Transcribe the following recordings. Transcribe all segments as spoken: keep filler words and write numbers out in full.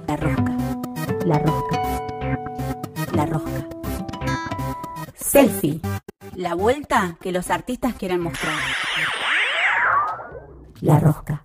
La rosca, la rosca, la rosca. Selfie, la vuelta que los artistas quieren mostrar. La rosca.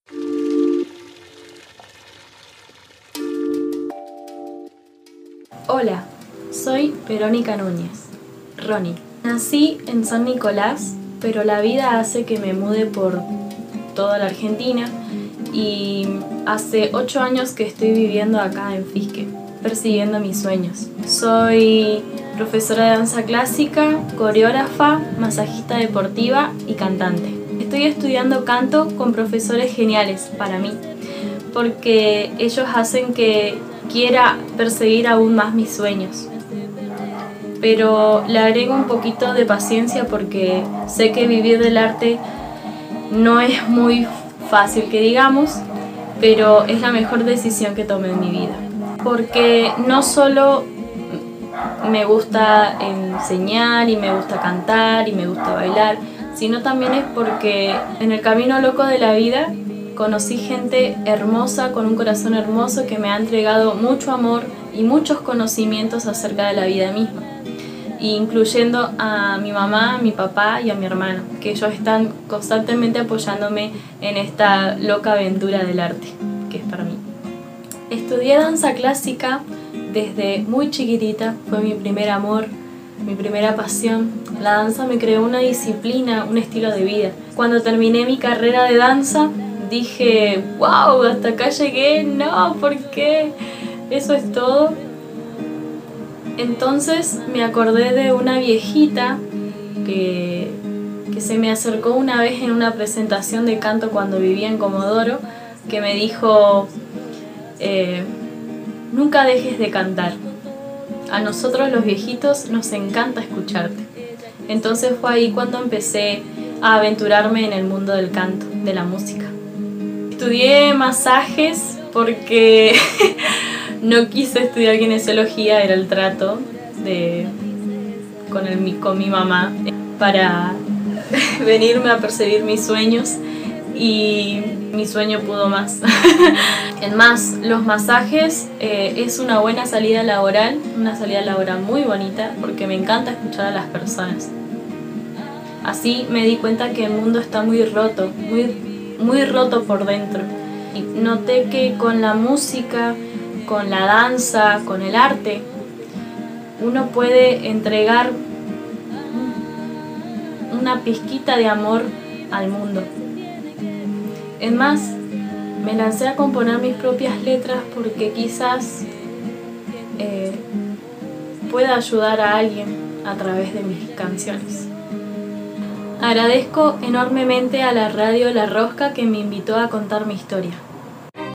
Hola, soy Verónica Núñez, Ronnie. Nací en San Nicolás, pero la vida hace que me mude por toda la Argentina y hace ocho años que estoy viviendo acá en Fisque, persiguiendo mis sueños. Soy profesora de danza clásica, coreógrafa, masajista deportiva y cantante. Estoy estudiando canto con profesores geniales para mí, porque ellos hacen que quiera perseguir aún más mis sueños. Pero le agrego un poquito de paciencia porque sé que vivir del arte no es muy fácil que digamos, pero es la mejor decisión que tomé en mi vida. Porque no solo me gusta enseñar y me gusta cantar y me gusta bailar, sino también es porque en el camino loco de la vida conocí gente hermosa, con un corazón hermoso, que me ha entregado mucho amor y muchos conocimientos acerca de la vida misma, incluyendo a mi mamá, a mi papá y a mi hermano, que ellos están constantemente apoyándome en esta loca aventura del arte, que es para mí. Estudié danza clásica desde muy chiquitita, fue mi primer amor, mi primera pasión. La danza me creó una disciplina, un estilo de vida. Cuando terminé mi carrera de danza, dije, wow, hasta acá llegué, no, ¿por qué? Eso es todo. Entonces me acordé de una viejita que, que se me acercó una vez en una presentación de canto cuando vivía en Comodoro, que me dijo, eh, nunca dejes de cantar. A nosotros los viejitos nos encanta escucharte. Entonces fue ahí cuando empecé a aventurarme en el mundo del canto, de la música. Estudié masajes porque no quise estudiar kinesiología, era el trato de, con, el, con mi mamá para venirme a perseguir mis sueños, y mi sueño pudo más. Es más, los masajes eh, es una buena salida laboral, una salida laboral muy bonita porque me encanta escuchar a las personas. Así me di cuenta que el mundo está muy roto, muy, muy roto por dentro. Y noté que con la música, con la danza, con el arte, uno puede entregar una pizquita de amor al mundo. Es más, me lancé a componer mis propias letras porque quizás eh, pueda ayudar a alguien a través de mis canciones. Agradezco enormemente a la radio La Rosca que me invitó a contar mi historia.